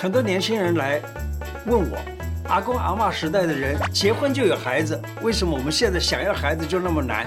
很多年轻人来问我，阿公阿嬷时代的人结婚就有孩子，为什么我们现在想要孩子就那么难？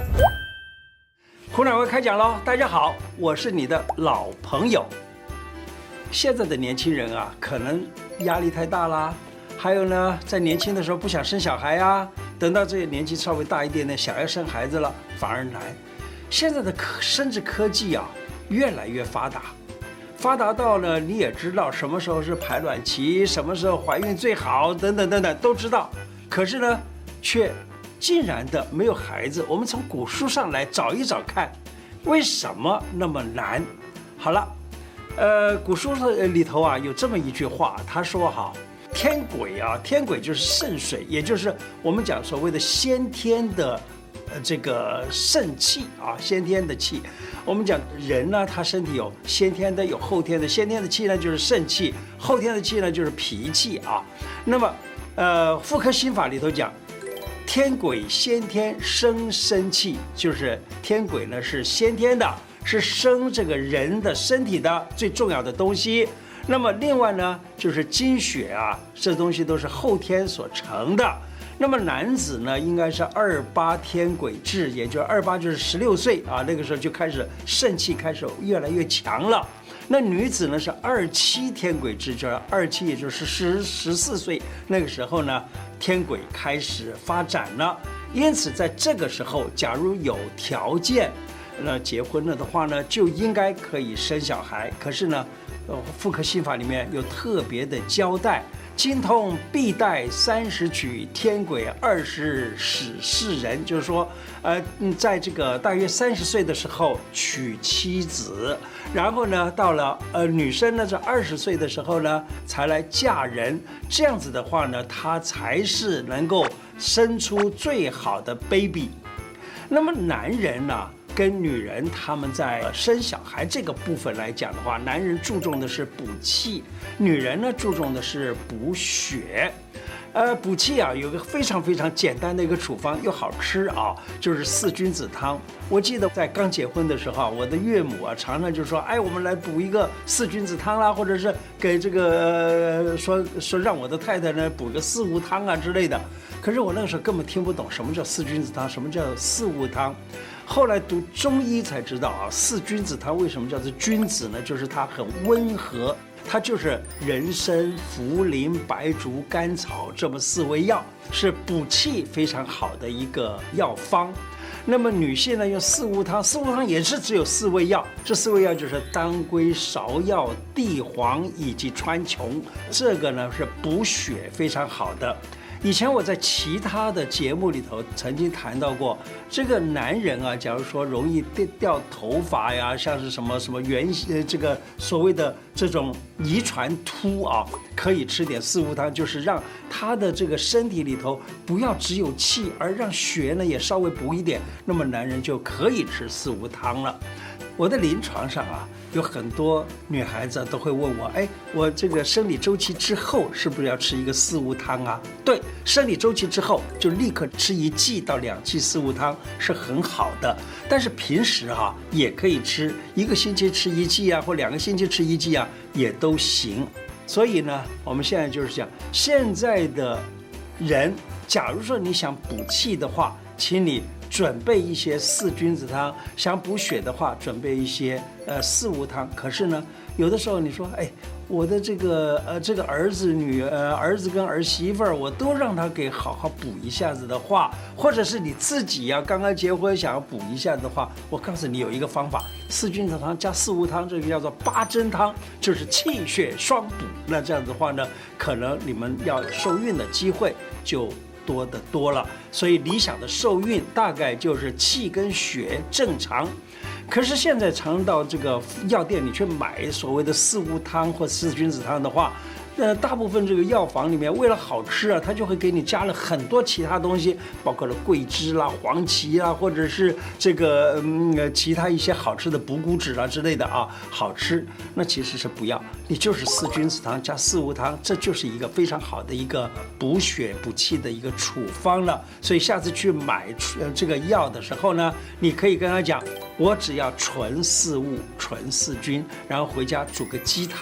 胡乃文开讲喽！大家好，我是你的老朋友。现在的年轻人啊，可能压力太大啦，还有呢，在年轻的时候不想生小孩啊，等到这个年纪稍微大一点点，想要生孩子了，反而难。现在的生殖科技啊，越来越发达。发达到呢，你也知道什么时候是排卵期，什么时候怀孕最好，等等等等都知道。可是呢，却竟然的没有孩子。我们从古书上来找一找看，为什么那么难？好了，古书里头啊有这么一句话，他说哈，天癸啊，天癸就是肾水，也就是我们讲所谓的先天的。这个肾气啊，先天的气，我们讲人呢，他身体有先天的，有后天的。先天的气呢就是肾气，后天的气呢就是脾气啊。那么，妇科心法里头讲，天癸先天生生气，就是天癸呢是先天的，是生这个人的身体的最重要的东西。那么另外呢，就是精血啊，这东西都是后天所成的。那么男子呢，应该是28天癸至，也就是28就是16岁啊，那个时候就开始肾气开始越来越强了。那女子呢是27天癸至，就是27，也就是14岁，那个时候呢，天癸开始发展了。因此在这个时候，假如有条件，那结婚了的话呢，就应该可以生小孩。可是呢，妇科心法里面有特别的交代。经痛必带30娶，天癸20始世人，就是说，在这个大约30岁的时候娶妻子，然后呢，到了女生呢这20岁的时候呢才来嫁人，这样子的话呢，她才是能够生出最好的 baby。那么男人呢？跟女人他们在生小孩这个部分来讲的话，男人注重的是补气，女人呢注重的是补血。补气啊，有个非常非常简单的一个处方，又好吃啊，就是4君子汤。我记得在刚结婚的时候，我的岳母啊，常常就说，哎，我们来补一个4君子汤啦，或者是给这个说让我的太太呢补个4物汤啊之类的。可是我那个时候根本听不懂什么叫4君子汤，什么叫4物汤。后来读中医才知道啊，4君子汤为什么叫做君子呢？就是它很温和，它就是人参、茯苓、白术、甘草这么4味药，是补气非常好的一个药方。那么女性呢用4物汤，4物汤也是只有4味药，这4味药就是当归、芍药、地黄以及川穹，这个呢是补血非常好的。以前我在其他的节目里头曾经谈到过，这个男人啊，假如说容易掉头发呀，像是什么这个所谓的这种遗传秃啊，可以吃点4物汤，就是让他的这个身体里头不要只有气，而让血呢也稍微补一点，那么男人就可以吃4物汤了。我的临床上啊，有很多女孩子都会问我，哎，我这个生理周期之后是不是要吃一个4物汤啊？对，生理周期之后就立刻吃1剂到2剂4物汤是很好的，但是平时啊也可以吃，1个星期吃1剂啊，或2个星期吃1剂啊，也都行。所以呢，我们现在就是讲，现在的人，假如说你想补气的话，请你准备一些4君子汤，想补血的话，准备一些4物汤。可是呢，有的时候你说，哎，我的这个儿子跟儿媳妇儿，我都让他给好好补一下子的话，或者是你自己呀刚刚结婚想要补一下的话，我告诉你有一个方法，4君子汤加4物汤，这个叫做8珍汤，就是气血双补。那这样子的话呢，可能你们要受孕的机会就多得多了，所以理想的受孕大概就是气跟血正常。可是现在常到这个药店里去买所谓的4物汤或4君子汤的话，大部分这个药房里面为了好吃啊，它就会给你加了很多其他东西，包括了桂枝啦、黄芪啦，或者是这个其他一些好吃的补骨脂啦之类的啊，好吃。那其实是不要，你就是4君子汤加4物汤，这就是一个非常好的一个补血补气的一个处方了。所以下次去买这个药的时候呢，你可以跟他讲，我只要纯4物、纯4君，然后回家煮个鸡汤。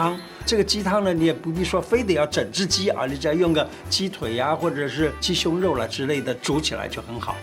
这个鸡汤呢，你也不必说非得要整只鸡啊，你只要用个鸡腿呀，或者是鸡胸肉啦之类的煮起来就很好。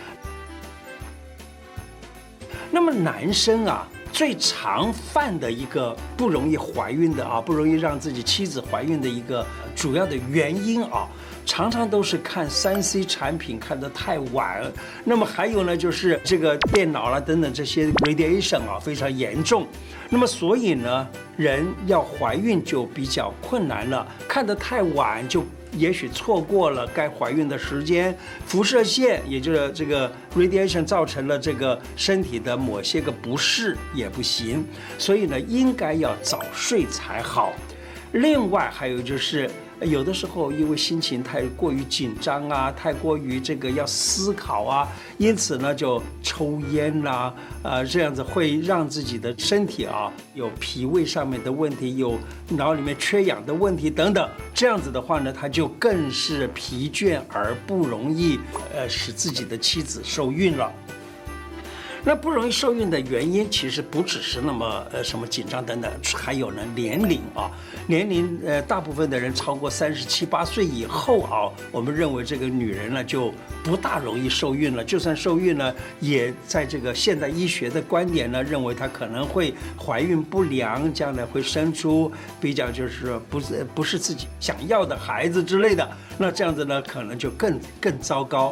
那么男生啊，最常犯的一个不容易怀孕的啊，不容易让自己妻子怀孕的一个主要的原因啊，常常都是看3C 产品看得太晚。那么还有呢，就是这个电脑啦等等这些 radiation 啊非常严重。那么所以呢，人要怀孕就比较困难了，看得太晚就也许错过了该怀孕的时间，辐射线也就是这个 radiation 造成了这个身体的某些个不适也不行，所以呢，应该要早睡才好。另外还有就是有的时候因为心情太过于紧张啊，太过于这个要思考啊，因此呢就抽烟啦，这样子会让自己的身体啊有脾胃上面的问题，有脑里面缺氧的问题等等。这样子的话呢，他就更是疲倦而不容易使自己的妻子受孕了。那不容易受孕的原因，其实不只是那么什么紧张等等，还有呢年龄啊，年龄大部分的人超过37、8岁以后啊，我们认为这个女人呢就不大容易受孕了，就算受孕呢，也在这个现代医学的观点呢，认为她可能会怀孕不良，将来会生出比较就是不是自己想要的孩子之类的，那这样子呢，可能就更糟糕。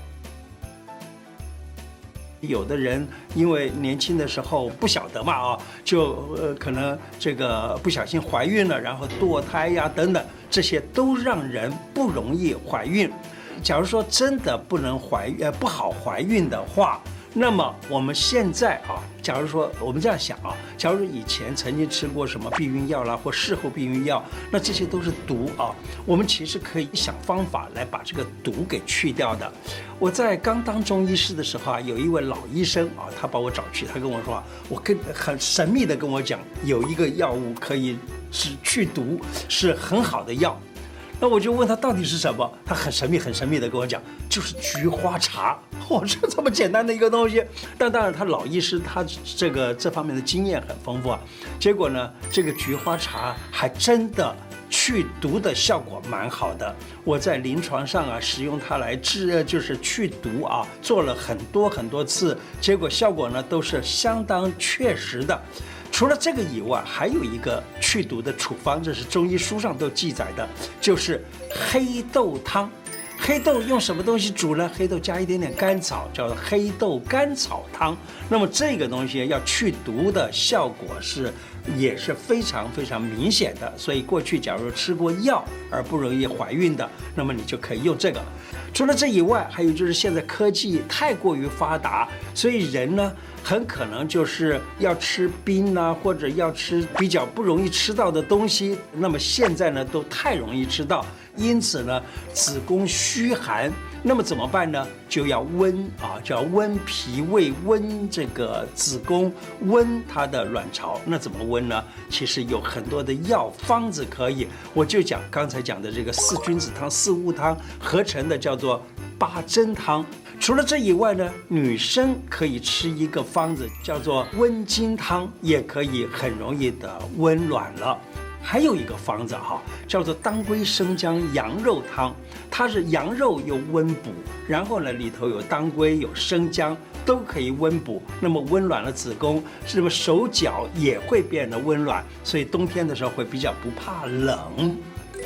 有的人因为年轻的时候不晓得嘛啊，就可能这个不小心怀孕了，然后堕胎呀等等，这些都让人不容易怀孕。假如说真的不好怀孕的话，那么我们现在啊，假如说我们这样想啊，假如以前曾经吃过什么避孕药啦，或事后避孕药，那这些都是毒啊。我们其实可以想方法来把这个毒给去掉的。我在刚当中医师的时候啊，有一位老医生啊，他把我找去，他跟我说，很神秘的跟我讲，有一个药物可以是去毒，是很好的药。那我就问他到底是什么，他很神秘的跟我讲，就是菊花茶。这么简单的一个东西，但当然他老医师他这方面的经验很丰富啊。结果呢，这个菊花茶还真的去毒的效果蛮好的。我在临床上啊使用它来就是去毒啊，做了很多次，结果效果呢都是相当确实的。除了这个以外，还有一个去毒的处方，这是中医书上都记载的，就是黑豆汤。黑豆用什么东西煮呢？黑豆加一点点甘草，叫做黑豆甘草汤。那么这个东西要去毒的效果也是非常明显的。所以过去假如吃过药而不容易怀孕的，那么你就可以用这个。除了这以外，还有就是现在科技太过于发达，所以人呢很可能就是要吃冰啊，或者要吃比较不容易吃到的东西，那么现在呢都太容易吃到，因此呢子宫虚寒，那么怎么办呢？就要温脾胃，温这个子宫，温它的卵巢。那怎么温呢？其实有很多的药方子可以，我就讲刚才讲的这个4君子汤、4物汤合成的叫做8珍汤。除了这以外呢，女生可以吃一个方子叫做温经汤，也可以很容易的温卵了。还有一个方子叫做当归生姜羊肉汤，它是羊肉有温补，然后呢里头有当归有生姜，都可以温补，那么温暖了子宫，那么手脚也会变得温暖，所以冬天的时候会比较不怕冷。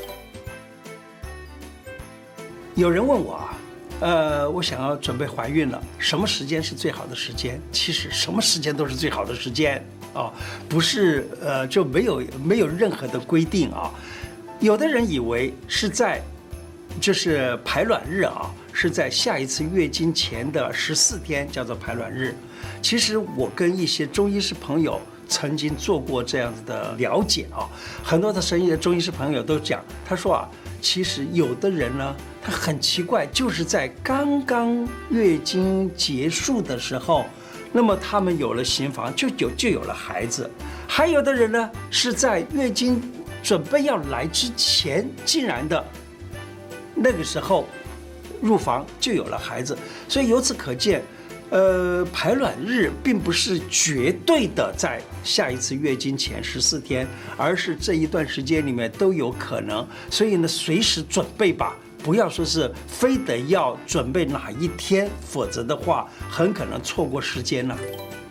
有人问我我想要准备怀孕了，什么时间是最好的时间？其实什么时间都是最好的时间不是就没有任何的规定啊。有的人以为是在就是排卵日是在下一次月经前的14天叫做排卵日。其实我跟一些中医师朋友曾经做过这样子的了解很多的中医师朋友都讲，他说其实有的人呢，他很奇怪，就是在刚刚月经结束的时候，那么他们有了行房，就有了孩子。还有的人呢，是在月经准备要来之前，竟然的那个时候入房就有了孩子。所以由此可见， 排卵日并不是绝对的在下一次月经前14天，而是这一段时间里面都有可能，所以呢，随时准备吧。不要说是非得要准备哪一天，否则的话很可能错过时间了。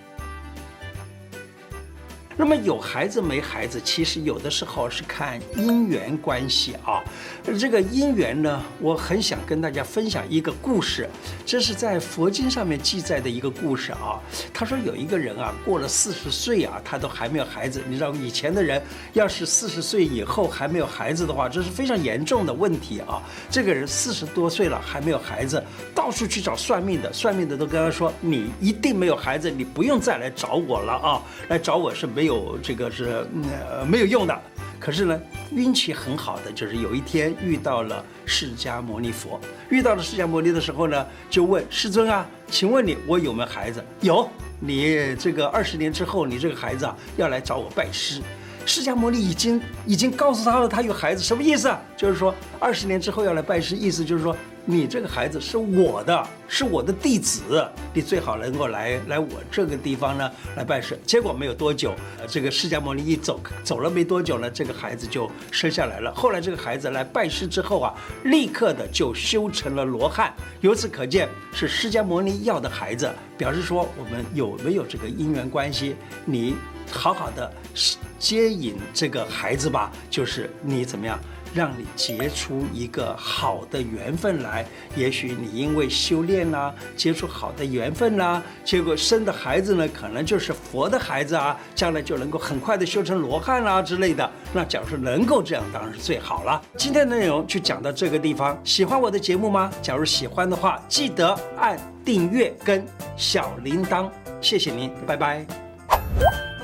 那么有孩子没孩子，其实有的时候是看姻缘关系啊。这个姻缘呢，我很想跟大家分享一个故事，这是在佛经上面记载的一个故事啊。他说有一个人啊，过了40岁啊，他都还没有孩子。你知道以前的人要是40岁以后还没有孩子的话，这是非常严重的问题啊。这个人40多岁了还没有孩子，到处去找算命的，算命的都跟他说，你一定没有孩子，你不用再来找我了啊，来找我是没有这个是没有用的。可是呢，运气很好的就是有一天遇到了释迦牟尼佛。遇到了释迦牟尼的时候呢，就问世尊啊，请问你我有没有孩子？有，你这个20年之后，你这个孩子啊要来找我拜师。释迦牟尼已经告诉他了，他有孩子，什么意思啊？就是说20年之后要来拜师，意思就是说你这个孩子是我的，是我的弟子，你最好能够来我这个地方呢来拜师。结果没有多久，这个释迦牟尼一走了没多久呢，这个孩子就生下来了。后来这个孩子来拜师之后啊，立刻的就修成了罗汉。由此可见，是释迦牟尼要的孩子，表示说我们有没有这个姻缘关系，你好好的接引这个孩子吧，就是你怎么样让你结出一个好的缘分来。也许你因为修炼啦，结出好的缘分啦，结果生的孩子呢，可能就是佛的孩子啊，将来就能够很快的修成罗汉啦之类的。那假如说能够这样，当然是最好了。今天的内容就讲到这个地方。喜欢我的节目吗？假如喜欢的话，记得按订阅跟小铃铛。谢谢您，拜拜。